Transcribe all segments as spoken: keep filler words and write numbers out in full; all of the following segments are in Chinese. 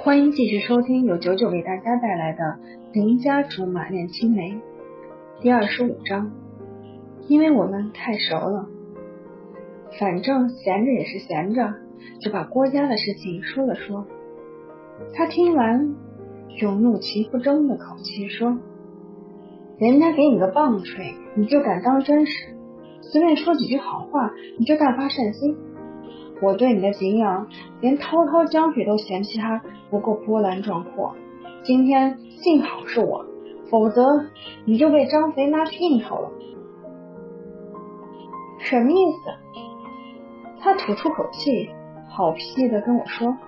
欢迎继续收听由九九为大家带来的《邻家竹马恋青梅》第二十五章。因为我们太熟了，反正闲着也是闲着，就把郭家的事情说了说。他听完，用怒其不争的口气说：“人家给你个棒槌，你就敢当真实？随便说几句好话，你就大发善心？我对你的敬仰，连滔滔江水都嫌弃它不够波澜壮阔。今天幸好是我，否则你就被张肥拉去应酬了。”什么意思？他吐出口气，好屁的跟我说：“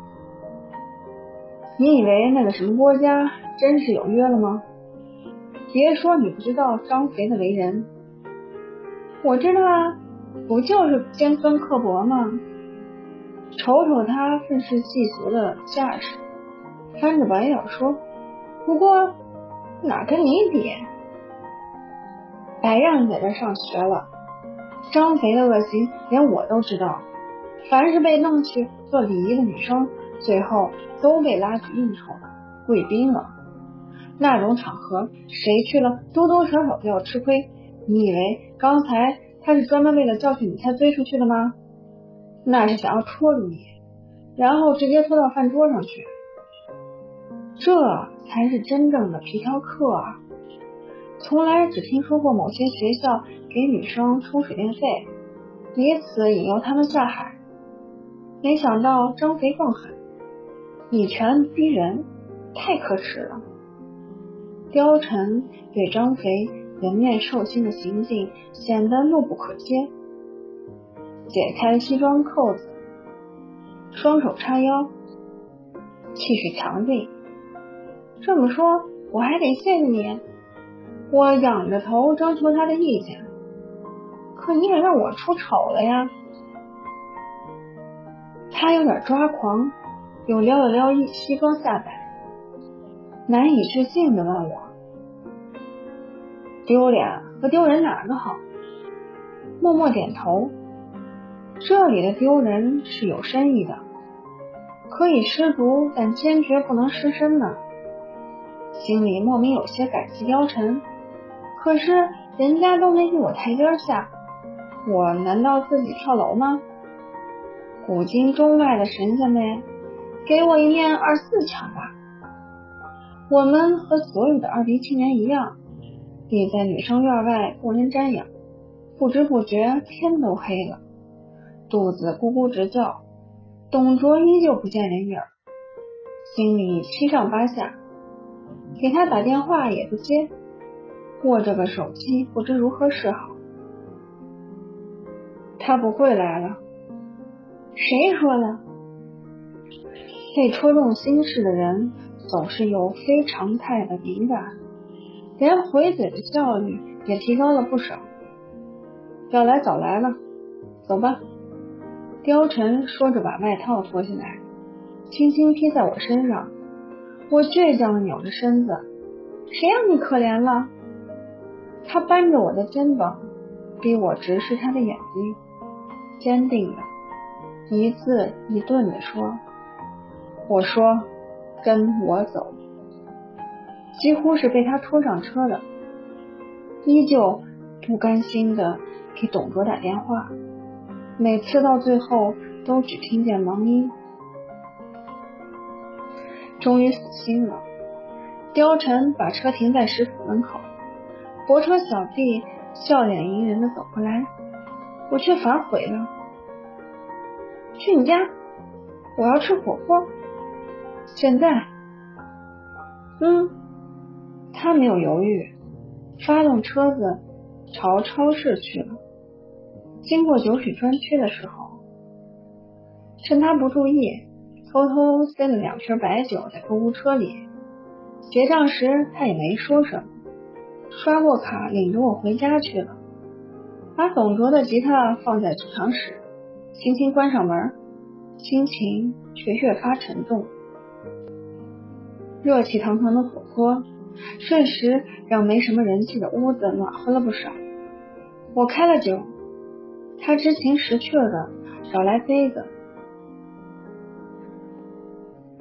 你以为那个什么郭家真是有约了吗？别说你不知道张肥的为人。”我知道啊，不就是尖酸刻薄吗？瞅瞅他愤世嫉俗的架势，翻着白眼说：“不过哪跟你比？白让你在这上学了。张肥的恶行连我都知道，凡是被弄去做礼仪的女生，最后都被拉去应酬了，贵宾了。那种场合，谁去了多多少少都要吃亏。你以为刚才他是专门为了教训你才追出去的吗？那是想要戳住你，然后直接拖到饭桌上去。这才是真正的皮条客啊！从来只听说过某些学校给女生充水电费，以此引诱他们下海，没想到张肥更狠，以权逼人，太可耻了。貂蝉对张肥人面兽心的行径显得怒不可遏，解开西装扣子，双手叉腰，气势强劲。这么说我还得谢谢你，我仰着头征求他的意见，可你也让我出丑了呀。他有点抓狂，又撩了撩西装下摆，难以置信地问我：丢脸和丢人哪个好？默默点头。这里的丢人是有深意的，可以失足，但坚决不能失身呢。心里莫名有些感激貂蝉，可是人家都没给我台阶下，我难道自己跳楼吗？古今中外的神仙们，给我一面二四墙吧！我们和所有的二逼青年一样，立在女生院外供人瞻仰，不知不觉天都黑了，肚子咕咕直叫，董卓依旧不见人影，心里七上八下，给他打电话也不接，握着个手机不知如何是好。他不会来了。谁说的？被戳中心事的人总是有非常态的敏感，连回嘴的效率也提高了不少。要来早来了，走吧。貂蝉说着把外套脱下来，轻轻披在我身上。我倔强地扭着身子，谁让你可怜了？他扳着我的肩膀，逼我直视他的眼睛，坚定的一字一顿地说：我说跟我走。几乎是被他拖上车的，依旧不甘心的给董卓打电话，每次到最后都只听见忙音。终于死心了。貂蝉把车停在食府门口，泊车小弟笑脸迎人的走过来，我却反悔了。去你家，我要吃火锅。现在？嗯。他没有犹豫，发动车子朝超市去了。经过酒水专区的时候，趁他不注意，偷偷塞了两瓶白酒在购物车里。结账时他也没说什么，刷过卡领着我回家去了，把董卓的吉他放在储藏室，轻轻关上门，心情却越发沉重。热气腾腾的火锅瞬时让没什么人气的屋子暖和了不少。我开了酒，他知情识趣的找来杯子，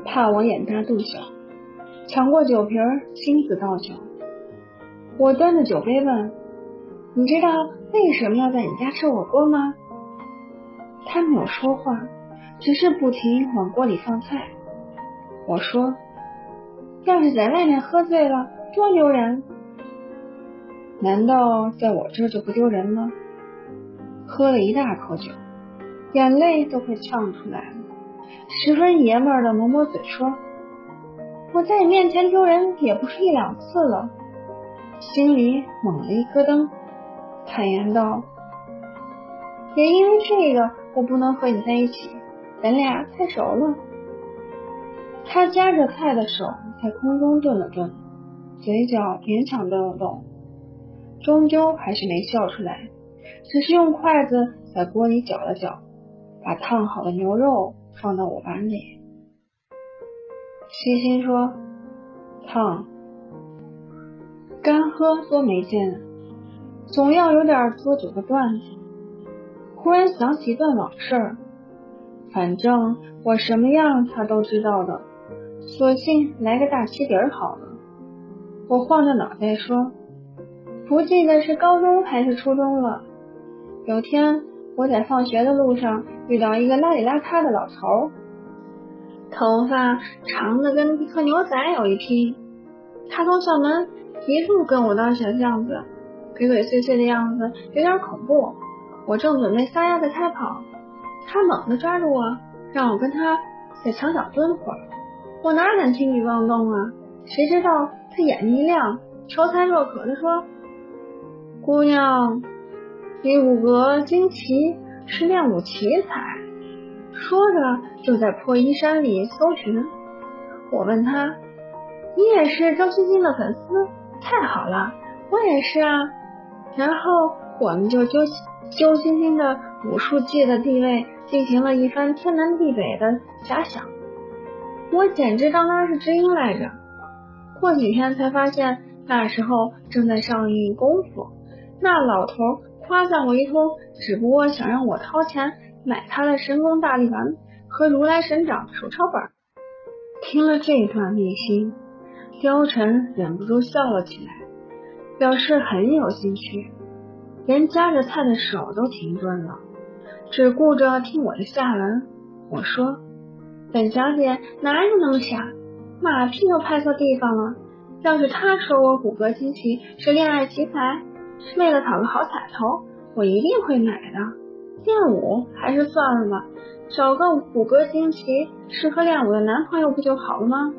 怕我眼大肚小，抢过酒瓶亲自倒酒。我端着酒杯问，你知道为什么要在你家吃火锅吗？他没有说话，只是不停往锅里放菜。我说，要是在外面喝醉了多丢人。难道在我这就不丢人吗？喝了一大口酒，眼泪都快呛出来了，十分爷们儿的抹抹嘴说，我在你面前丢人也不是一两次了。心里猛了一咯噔，坦言道，也因为这个我不能和你在一起，咱俩太熟了。他夹着菜的手在空中顿了顿，嘴角勉强动动，终究还是没笑出来，只是用筷子在锅里搅了搅，把烫好的牛肉放到我碗里。细心说，烫，干喝多没劲，总要有点多酒的段子。忽然想起一段往事，反正我什么样他都知道的，索性来个大起底儿好了。我晃着脑袋说，不记得是高中还是初中了。有天我在放学的路上遇到一个邋里邋遢的老头，头发长的跟一颗牛仔有一拼。他从校门一路跟我到小巷子，鬼鬼祟祟的样子有点恐怖。我正准备撒丫子开跑，他猛地抓住我，让我跟他在墙角蹲会儿。我哪敢轻举妄动啊，谁知道他眼睛一亮，求财若渴地说，姑娘，你骨骼惊奇，是练武奇才。说着就在破衣衫里搜寻。我问他，你也是周星星的粉丝？太好了，我也是啊。然后我们就揪周星星的武术界的地位进行了一番天南地北的遐想。我简直当他是知音来着。过几天才发现，那时候正在上映功夫，那老头夸赞我一通，只不过想让我掏钱买他的神功大力丸和如来神掌手抄本。听了这段秘辛，貂蝉忍不住笑了起来，表示很有兴趣，连夹着菜的手都停顿了，只顾着听我的下文。我说，本小姐哪有那么傻，马屁都拍错地方了。要是他说我骨骼惊奇是恋爱奇才，是为了讨个好彩头，我一定会买的。练武还是算了吧，找个骨骼惊奇适合练武的男朋友不就好了吗？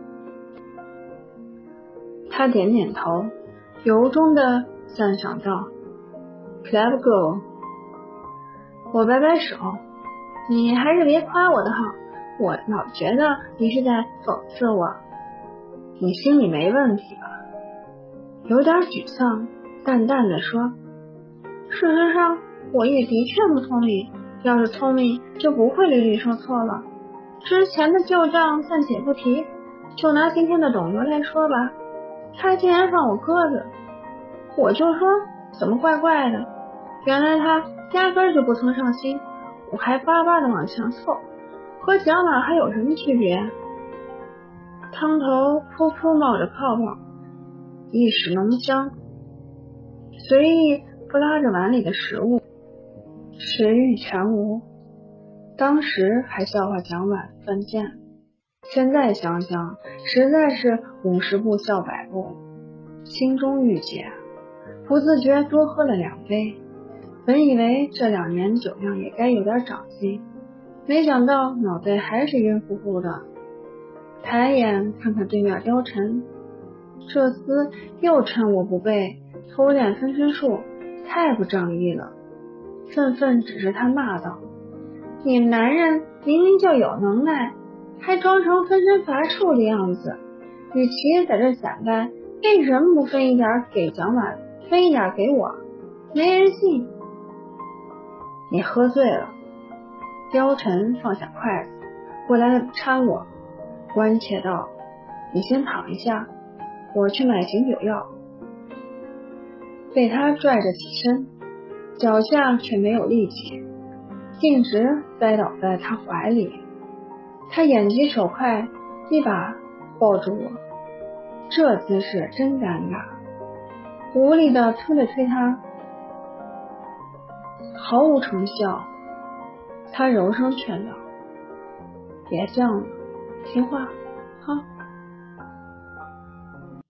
他点点头，由衷的赞赏道， Clever girl。 我摆摆手，你还是别夸我的好，我老觉得你是在讽刺我。你心里没问题吧？有点沮丧，淡淡的说，事实上我也的确不聪明，要是聪明就不会屡屡说错了。之前的旧账暂且不提，就拿今天的董卓来说吧，他竟然放我鸽子，我就说怎么怪怪的，原来他压根就不曾上心，我还巴巴的往上凑，和蒋马还有什么区别？汤头噗噗冒着泡泡，一时浓香，随意不拉着碗里的食物，食欲全无。当时还笑话蒋琬犯贱，现在想想实在是五十步笑百步，心中郁结，不自觉多喝了两杯。本以为这两年酒量也该有点长进，没想到脑袋还是晕乎乎的。抬眼看看对面貂蝉，这厮又趁我不备偷练分身术，太不仗义了。愤愤指着他骂道，你们男人明明就有能耐，还装成分身乏术的样子，与其在这显摆，为什么不分一点给蒋琬，分一点给我？没人信。你喝醉了。貂蝉放下筷子过来搀我，关切道，你先躺一下，我去买醒酒药。被他拽着起身，脚下却没有力气，径直栽倒在他怀里。他眼疾手快， 一把抱住我，这姿势真尴尬，无力的推了推他，毫无成效。他柔声劝道：别犟了，听话，好。